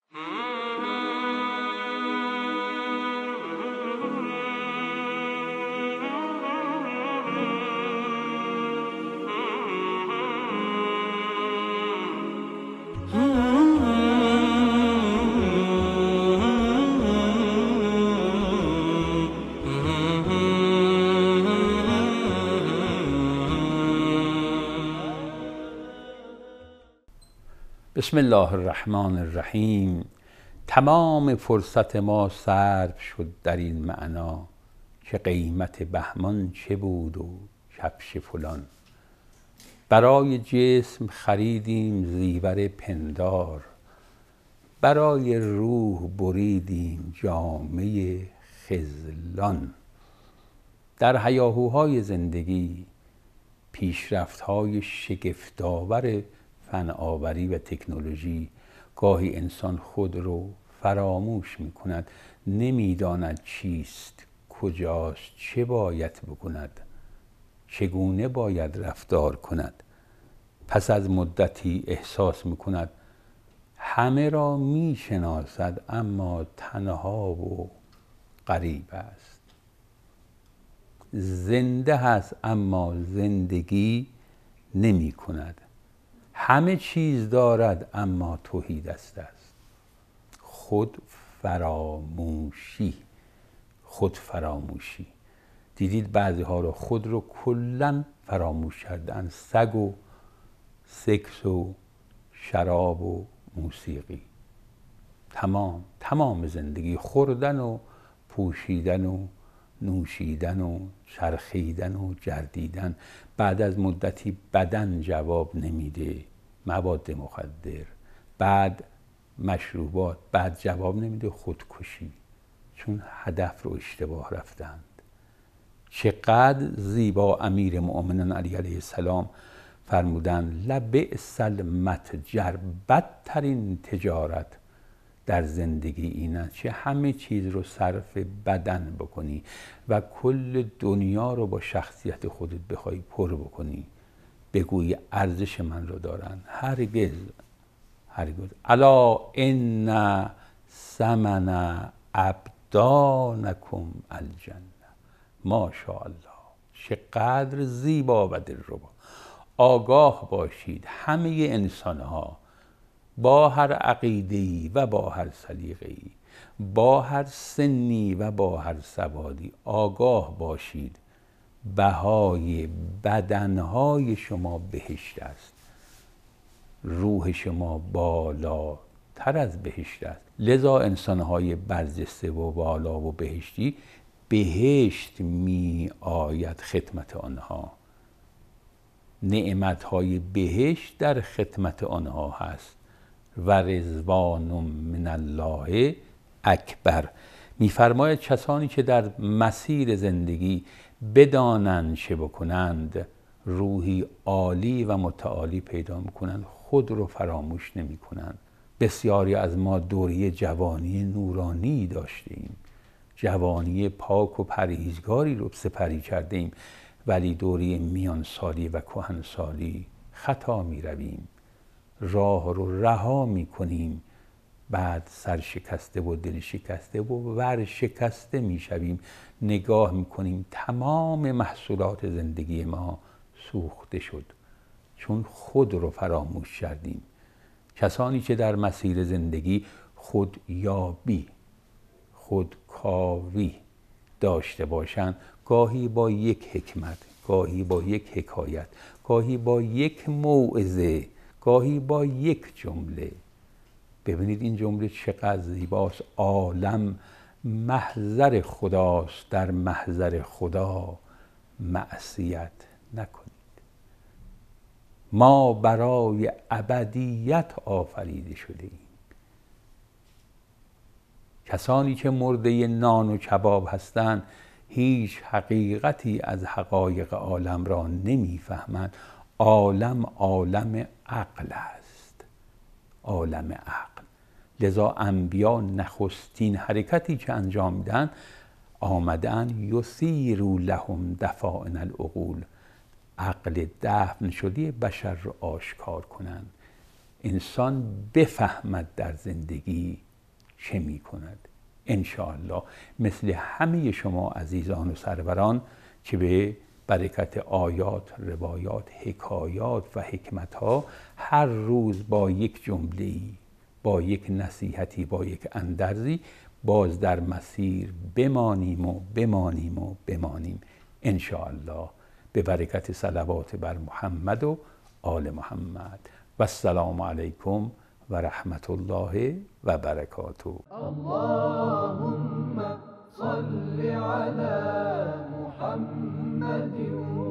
بسم الله الرحمن الرحیم. تمام فرصت ما صرف شد در این معنا که قیمت بهمان چه بود و کفش فلان. برای جسم خریدیم زیور پندار، برای روح بریدیم جامه خذلان. در هیاهوهای زندگی پیشرفت‌های شگفت‌آور فناوری و تکنولوژی گاهی انسان خود رو فراموش می کند، نمی داند چیست، کجاست، چه باید بکند، چگونه باید رفتار کند. پس از مدتی احساس می کند همه را می شناسد اما تنها و غریب است. زنده هست اما زندگی نمی کند. همه چیز دارد اما تهیدست است. خودفراموشی. دیدید بعضی ها رو خود رو کلن فراموش کردن. سگ و سکس و شراب و موسیقی. تمام زندگی خوردن و پوشیدن و نوشیدن و چرخیدن و جردیدن. بعد از مدتی بدن جواب نمیده، مواد مخدر، بعد مشروبات، بعد جواب نمیده، خودکشی، چون هدف رو اشتباه رفتند. چقدر زیبا امیر مؤمنان علی علیه السلام فرمودند لبئس المتجر، بدترین تجارت در زندگی این است که همه چیز رو صرف بدن بکنی و کل دنیا رو با شخصیت خودت بخوای پر بکنی، بگویی ارزش من رو دارن. هرگز. الا ان ثمن ابدانکم الجنه. ماشاءالله، چقدر زیبا و دلربا. آگاه باشید همه انسان ها با هر عقیده‌ای و با هر سلیقه‌ای، با هر سنی و با هر سوادی، آگاه باشید بهای بدنهای شما بهشت است، روح شما بالاتر از بهشت است. لذا انسانهای برجسته و بالا و بهشتی، بهشت می آید خدمت آنها. نعمتهای بهشت در خدمت آنها هست. و رضوان من الله اکبر. می‌فرماید کسانی که در مسیر زندگی بدانند چه بکنند، روحی عالی و متعالی پیدا می‌کنند، خود رو فراموش نمی‌کنند. بسیاری از ما دوره جوانی نورانی داشتیم، جوانی پاک و پرهیزگاری رو سپری کردیم، ولی دوره میانسالی و کهنسالی خطا می‌رویم، راه رو رها می‌کنیم، بعد سرشکسته و دل شکسته و ورشکسته می‌شویم. نگاه می‌کنیم تمام محصولات زندگی ما سوخته شد، چون خود رو فراموش کردیم. کسانی که در مسیر زندگی خودیابی، خودکاوی داشته باشند، گاهی با یک حکمت، گاهی با یک حکایت، گاهی با یک موعظه، گاهی با یک جمله، ببینید این جمله چقدر زیباست: عالم محضر خداست، در محضر خدا معصیت نکنید. ما برای ابدیت آفریده شده ایم. کسانی که مرده نان و کباب هستند هیچ حقیقتی از حقایق عالم را نمیفهمند. عالم عقل است، عالم عقل. لذا انبیا نخستین حرکتی که انجام میدن، آمدن یثیروا لهم دفائن العقول، عقل دفن شده بشر رو آشکار کنند. انسان بفهمد در زندگی چه می کند. انشاءالله مثل همه شما عزیزان و سروران که به برکت آیات، روایات، حکایات و حکمتها هر روز با یک جمله‌ای، با یک نصیحتی، با یک اندرزی باز در مسیر بمانیم و بمانیم و بمانیم انشاءالله، به برکت صلوات بر محمد و آل محمد. و السلام علیکم و رحمت الله و برکاته. اللهم صل على محمد